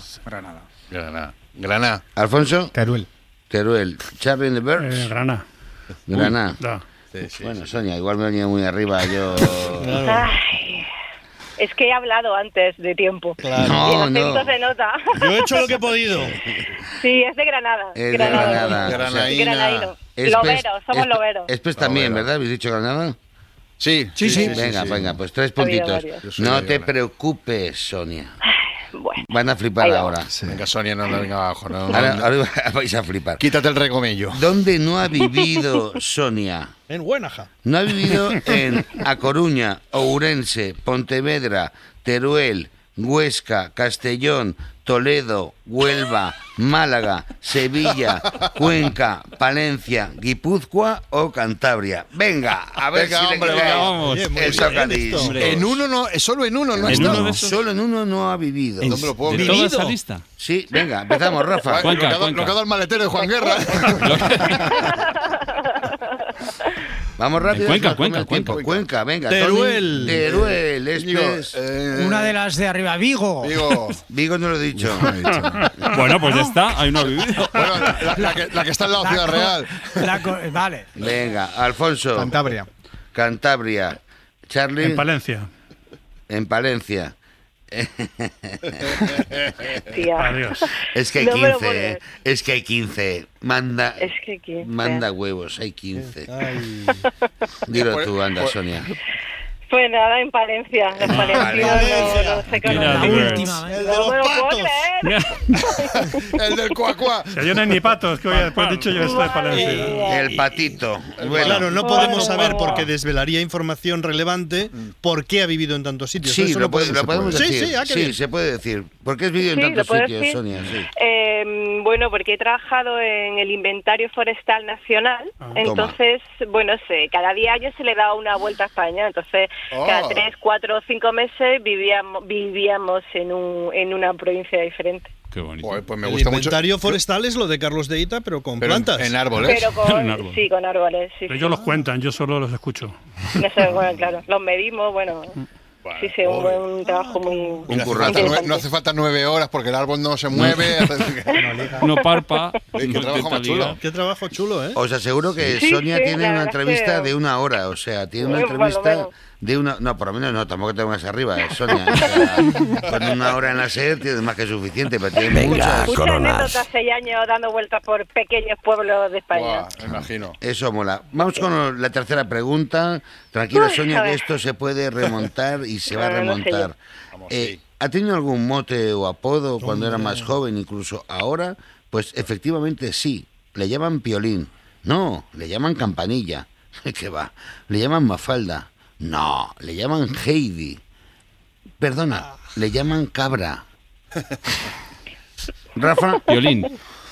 S23: Granada.
S16: ¿Alfonso?
S14: Teruel.
S16: ¿Charlie and the Birds?
S3: Granada.
S23: Sí,
S16: bueno, Sonia, igual me he venido muy arriba yo.
S4: Ay, es que he hablado antes de tiempo.
S16: Claro.
S4: Y el
S16: No,
S4: acento se nota.
S15: Yo he hecho lo que he podido.
S4: Sí, es de Granada.
S16: Es de Granada.
S4: Granaíno. Loberos, somos loberos.
S16: Espes también, ¿verdad? ¿Habéis dicho Granada?
S23: Sí.
S16: Venga, pues 3 puntitos. No te preocupes, Sonia.
S4: Bueno.
S16: Van a flipar ahora.
S23: Venga, Sonia, no venga abajo.
S16: Ahora vais a flipar.
S23: Quítate el regomello.
S16: ¿Dónde no ha vivido Sonia?
S15: En Güenaja.
S16: No ha vivido en A Coruña, Ourense, Pontevedra, Teruel, Huesca, Castellón, Toledo, Huelva, Málaga, Sevilla, Cuenca, Palencia, Guipúzcoa o Cantabria. Venga, a ver si le
S9: vamos.
S16: el tocadiscos.
S23: En uno no, solo en uno no ha estado.
S16: Solo en uno no ha vivido.
S23: No me lo puedo
S9: ¿De
S23: creer.
S9: toda esa lista?
S16: Sí, venga, empezamos, Rafa.
S23: Lo que ha dado el maletero de Juan Guerra.
S16: Vamos rápido.
S9: Cuenca.
S16: Venga.
S15: Teruel.
S16: Teruel, es
S14: Una de las de arriba, Vigo.
S16: Vigo no lo he dicho.
S9: Bueno, pues ya está, ahí no ha vivido.
S23: Bueno, la que está al lado de Ciudad Real.
S14: Vale.
S16: Venga, Alfonso. Cantabria. Charlie. En Palencia.
S4: Adiós.
S16: Es que hay 15, Es que hay 15. Manda huevos, hay 15. Dilo tú, anda, Sonia.
S4: Pues nada, en Palencia. Los palentinos no se conocen.
S3: La última.
S4: El de los patos.
S23: El del cuacuá.
S3: Si yo no hay ni patos, que hoy después he dicho yo esto de Palencia.
S16: El patito.
S15: Bueno, claro, no podemos saber porque desvelaría información relevante por qué ha vivido en tantos sitios.
S16: Sí,
S15: eso
S16: lo podemos decir.
S15: Sí,
S16: se puede decir. ¿Por qué has vivido en tantos sitios, Sonia? Sí.
S4: Bueno, porque he trabajado en el Inventario Forestal Nacional. Entonces, bueno, cada 10 años se le daba una vuelta a España. Entonces, cada 3, 4 o 5 meses vivíamos en una provincia diferente.
S9: Qué bonito.
S23: Pues me
S15: El
S23: gusta mucho.
S15: inventario forestal es lo de Carlos de Ita, pero con plantas.
S23: En árboles.
S4: Pero sí, con árboles. Sí,
S3: Pero ellos los cuentan, yo solo los escucho.
S4: No sé, bueno, claro. Los medimos, bueno. Sí, un trabajo muy...
S23: No hace falta 9 horas porque el árbol no se mueve.
S9: No parpa.
S23: Qué trabajo más chulo.
S15: Qué trabajo chulo, ¿eh?
S16: Os aseguro que Sonia tiene una entrevista de 1 hora. O sea, tiene una entrevista de una... No, por lo menos no, tampoco te pongas arriba, Sonia. O sea, con 1 hora en la SER tienes más que suficiente. Pero tiene muchas
S4: anécdotas, 6 años dando vueltas por pequeños pueblos de España.
S23: Me imagino.
S16: Eso mola. Vamos con la tercera pregunta. Tranquila, Sonia, que esto se puede remontar y se va a remontar. ¿Ha tenido algún mote o apodo cuando era más joven, incluso ahora? Pues efectivamente sí. Le llaman Piolín. No, le llaman Campanilla. ¿Qué va? Le llaman Mafalda. No, le llaman Heidi. Perdona, le llaman Cabra. Rafa.
S9: Piolín.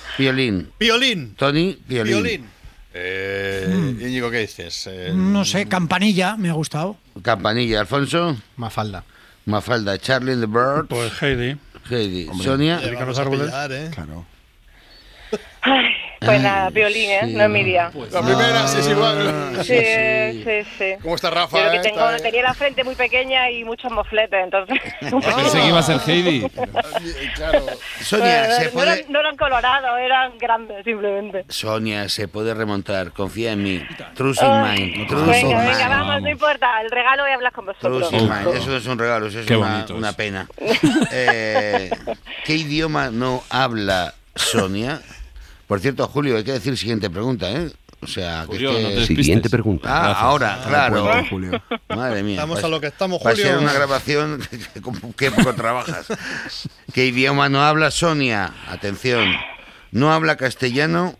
S16: Tony, Piolín.
S23: Íñigo, ¿qué dices?
S14: No sé, Campanilla, me ha gustado.
S16: Campanilla. Alfonso.
S14: Mafalda.
S16: Charlie and the Birds.
S3: Pues Heidi.
S16: Sonia.
S3: Dedica los árboles.
S23: Claro.
S4: Pues nada, violín, ¿eh?
S16: sí.
S4: No es mi día.
S23: La primera sí es igual.
S4: Sí.
S23: ¿Cómo está Rafa?
S4: Yo que tenía la frente muy pequeña y muchos mofletes, entonces...
S9: Pensé que iba a ser Heidi.
S23: Claro.
S16: Sonia, se puede...
S4: No eran colorados, eran grandes, simplemente.
S16: Sonia, se puede remontar. Confía en mí. Trust in mind.
S4: Venga, vamos, no importa. El regalo voy a hablar con vosotros.
S16: Trust in mind. Eso no es un regalo, eso es una pena. ¿Qué idioma no habla Sonia? Por cierto, Julio, hay que decir siguiente pregunta, ¿eh? O sea,
S9: Julio,
S16: que
S9: no te
S26: Siguiente pregunta.
S16: Ah, ahora, claro.
S23: Bueno, Julio.
S16: Madre mía.
S15: Estamos a lo que estamos,
S16: Va a
S15: Julio.
S16: ser una grabación. ¿Qué poco trabajas? ¿Qué idioma no habla Sonia? Atención. No habla castellano.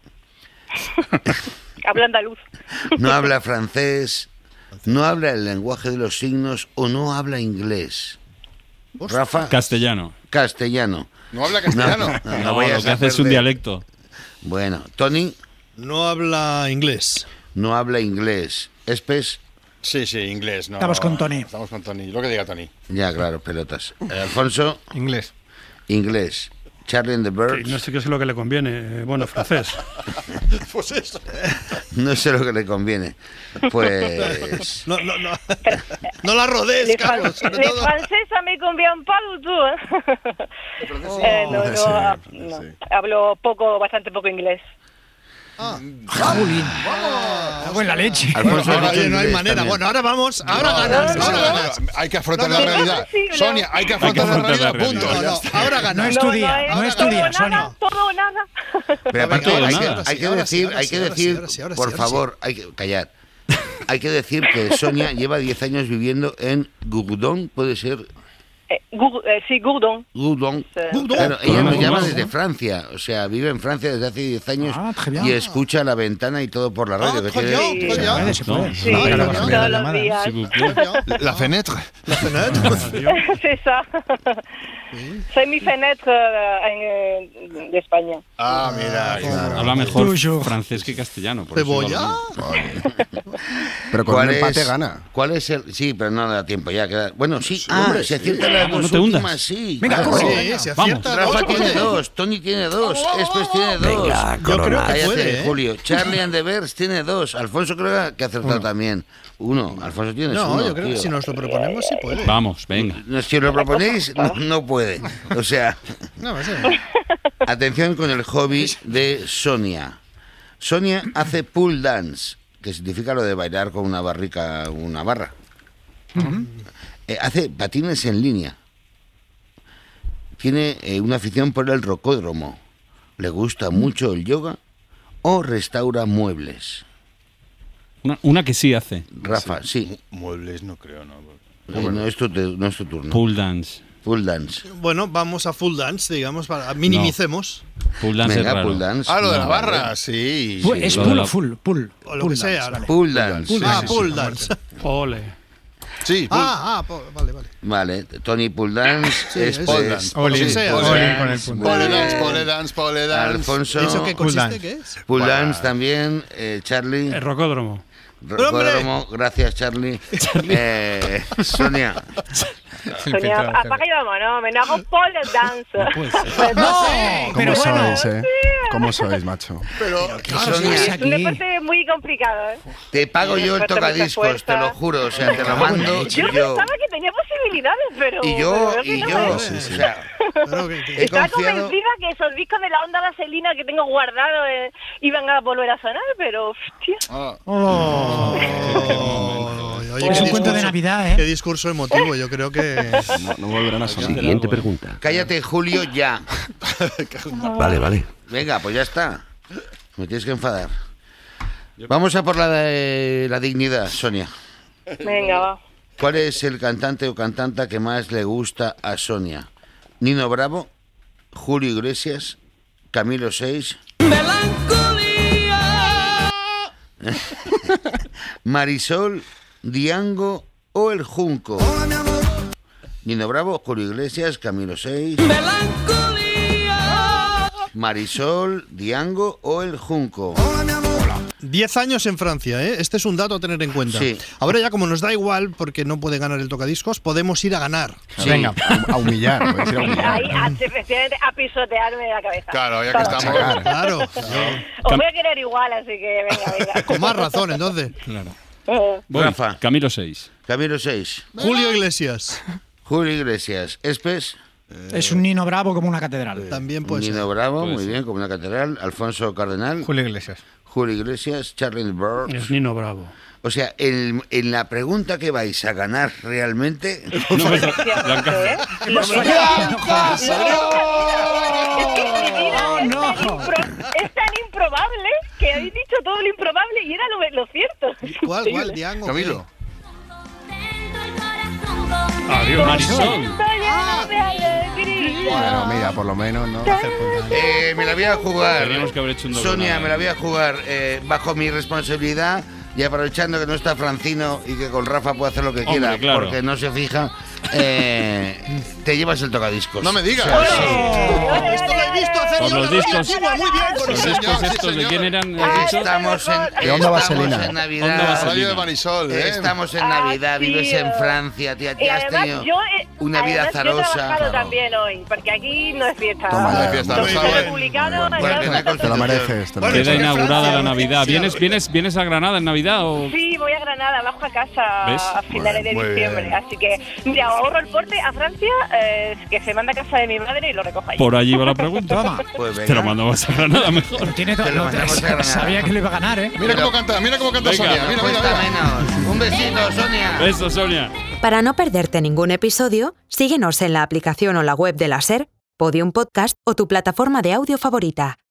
S4: Habla andaluz.
S16: No habla francés. No habla el lenguaje de los signos o no habla inglés. Rafa.
S9: Castellano.
S16: Castellano.
S23: ¿No habla castellano?
S16: No vayas
S9: lo que
S16: a
S9: hace es un
S16: perder.
S9: dialecto.
S16: Bueno, Tony.
S15: No habla inglés.
S16: No habla inglés. ¿Espes?
S23: Sí, inglés. No.
S14: Estamos con Tony.
S23: Estamos con Tony. Lo que diga Tony.
S16: Ya, claro, pelotas. Alfonso.
S14: Inglés.
S16: Inglés. Charlie and the Birds.
S3: No sé qué es lo que le conviene. Bueno, francés.
S23: Pues eso.
S16: No sé lo que le conviene. Pues...
S15: No la rodees, Carlos. Sobre
S4: Les
S15: todo.
S4: francés me conviene pas du tout, ¿eh? No. Hablo bastante poco inglés.
S14: Jolín. Cago en la leche.
S16: Alfonso,
S15: Ahora no hay manera. Bueno, ahora vamos. Ahora ganas.
S23: Hay que afrontar la realidad. Sonia, hay que afrontar la realidad. Punto.
S15: Ahora ganas.
S14: No estudia, Sonia.
S4: Todo o nada.
S16: Pero aparte,
S9: Venga,
S16: hay que decir, por favor, hay que callar. Hay que decir que Sonia lleva 10 años viviendo en Gourdon, puede ser.
S4: Sí, Gourdon.
S16: Gourdon. Claro, ella nos llama desde Francia, o sea, vive en Francia desde hace 10 años y escucha la ventana y todo por la radio. que tiene...
S14: Se puede.
S4: Sí, todos los días.
S23: La fenêtre.
S4: C'est ça. Soy mi fenêtre de España.
S23: Ah, mira. Claro.
S9: Habla mejor francés que castellano. Por eso
S15: ¿Cebolla?
S23: Pero con un empate gana.
S16: ¿Cuál es el...? Sí, pero no da tiempo ya. Bueno, sí.
S23: hombre,
S16: se acierta las
S9: no
S16: dos
S9: te hundas.
S16: últimas, sí.
S14: Venga,
S16: claro.
S14: corre.
S15: Sí, se acierta.
S16: Rafa tiene 2, Tony tiene 2, Espes tiene 2.
S26: Venga,
S15: Yo creo
S26: Corona.
S15: que
S16: Cállate,
S15: puede, ¿eh?
S16: Julio. Charlie and the Bears tiene 2. Alfonso creo que ha acertado también. 1. Alfonso tienes 1.
S15: No, yo creo que si nos lo proponemos sí puede.
S9: Vamos, venga.
S16: Si os lo proponéis, no puede. O sea,
S15: No, va a ser.
S16: atención con el hobby de Sonia. Sonia hace pool dance, que significa lo de bailar con una barrica, una barra. Hace patines en línea. Tiene una afición por el rocódromo. Le gusta mucho el yoga o restaura muebles.
S9: Una que sí hace.
S16: Rafa, sí.
S23: Muebles no creo, no.
S16: No es tu turno.
S9: Pool dance.
S16: Pool dance.
S15: Bueno, vamos a full dance, digamos, para minimicemos.
S9: Pool dance
S16: Venga,
S9: es raro.
S16: pool dance.
S23: Ah, lo de la
S16: No,
S23: barra, sí.
S14: ¿Es
S9: lo
S14: pool
S9: de la-
S14: o full? Pool.
S15: O lo que sea.
S14: Vale.
S16: Pool dance.
S15: Pool dance.
S3: Ole.
S23: Sí,
S15: Vale.
S16: Vale, Tony pool dance.
S15: Sí,
S16: es
S15: es
S16: pole
S15: pool
S16: dance.
S15: Lo que sea.
S14: Olin con el punto.
S23: pole dance.
S16: Alfonso.
S15: ¿Eso qué
S14: Pool
S15: consiste?
S14: dance.
S15: ¿Qué es?
S16: Pool dance también. Charlie.
S3: El rocódromo.
S16: Rocódromo. Gracias, Charlie. Sonia.
S4: Sonia, apaga y vámonos, me hago pole dance.
S14: No, pero bueno.
S23: ¿Cómo sois, macho? Pero,
S16: Sonia,
S4: Es un deporte muy complicado, ¿eh?
S16: te pago yo el
S4: Fuerte, mucha
S16: tocadiscos,
S4: fuerza.
S16: te lo juro. O sea, te lo mando.
S4: Yo pensaba que tenía posibilidades, pero...
S16: Y yo.
S4: pero creo que no, ¿eh?
S16: O sea, he
S4: Estaba
S16: confiado.
S4: convencida que esos discos de la onda vaselina que tengo guardados iban a volver a sonar, pero hostia.
S15: Oye,
S14: Es
S15: qué
S14: un cuento de
S15: discurso-
S14: Navidad, ¿eh?
S15: Qué discurso emotivo, yo creo que...
S23: no volverán a sonar.
S26: Siguiente pregunta.
S16: Cállate, Julio, ya.
S26: Vale.
S16: Venga, pues ya está. Me tienes que enfadar. Vamos a por la dignidad, Sonia.
S4: Venga, va.
S16: ¿Cuál es el cantante o cantanta que más le gusta a Sonia? ¿Nino Bravo, Julio Iglesias, Camilo VI, Marisol, Diango o El Junco? Nino Bravo, Julio Iglesias, Camilo VI, Marisol, Diango o El Junco.
S15: 10 años en Francia, ¿eh? Este es un dato a tener en cuenta.
S16: Sí.
S15: Ahora ya como nos da igual, porque no puede ganar el tocadiscos, podemos ir a ganar.
S16: Sí. Venga,
S23: a humillar.
S4: Ahí, efectivamente, a pisotearme la cabeza.
S23: Claro, ya que estamos.
S15: Claro.
S4: Os voy a querer igual, así que venga.
S15: Con más razón, entonces.
S9: Claro.
S16: Rafa.
S9: Camilo 6.
S16: Camilo 6.
S15: Julio Iglesias.
S16: Julio Iglesias. Espes.
S5: Es un Nino Bravo como una catedral.
S15: También puede ser.
S16: Nino Bravo,
S9: Puede
S16: muy
S9: ser.
S16: bien, como una catedral. Alfonso Cardenal.
S14: Julio Iglesias.
S16: Julio Iglesias. Charlie Bird.
S3: Es Nino Bravo.
S16: O sea, en la pregunta que vais a ganar realmente...
S4: Es tan improbable que habéis dicho todo lo improbable y era lo cierto.
S15: ¿Cuál, Diango?
S23: Camilo.
S9: Adiós, Marisol.
S23: Bueno, mira, por lo menos, ¿no?
S16: me la voy a jugar.
S9: Teníamos que haber hecho un doble
S16: Sonia,
S9: nada.
S16: me la voy a jugar bajo mi responsabilidad y aprovechando que no está Francino y que con Rafa puede hacer lo que quiera,
S9: claro.
S16: porque no se fija, te llevas el tocadiscos.
S23: No me digas.
S15: Esto lo he visto hacer
S9: Con
S15: yo
S9: los
S15: en la radio
S9: discos.
S15: antigua, muy bien. Con
S9: Los
S15: el
S9: discos
S23: señor,
S9: estos,
S23: sí,
S9: ¿de quién eran?
S16: Estamos
S23: De Onda Vaselina.
S16: en
S9: Onda
S16: Navidad.
S9: Vaselina.
S23: Radio de Marisol, ¿eh?
S16: Estamos en Navidad, vives en Francia, tía,
S4: Y
S16: has
S4: además,
S16: tenido
S4: yo,
S16: una vida
S4: además, yo he
S16: azarosa.
S4: trabajado también hoy, porque aquí no es fiesta.
S23: Toma, no es fiesta,
S4: Los
S23: lo sabes.
S4: republicanos,
S16: Bueno, que no hay
S23: Te la mereces. te la mereces.
S9: Queda inaugurada la Navidad. ¿Vienes a Granada en Navidad o...?
S4: Sí, voy a Granada, bajo a casa
S9: ¿Ves?
S4: a finales de
S23: Muy
S4: diciembre.
S23: bien.
S4: Así que, mira, ahorro el porte a Francia, que se manda a casa de mi madre y lo recojo allí.
S9: Por allí va la pregunta.
S5: Toma.
S16: Pues venga.
S9: Te lo mandamos a Granada mejor.
S5: Tiene todo.
S16: Te lo mandamos a Granada.
S5: Sabía que lo iba a ganar, ¿eh?
S23: Mira cómo canta
S9: Venga.
S23: Sonia. Mira,
S16: Cuesta
S23: mira.
S16: menos. Un besito, Sonia.
S9: Besos, Sonia.
S10: Para no perderte ningún episodio, síguenos en la aplicación o la web de la SER, Podium Podcast o tu plataforma de audio favorita.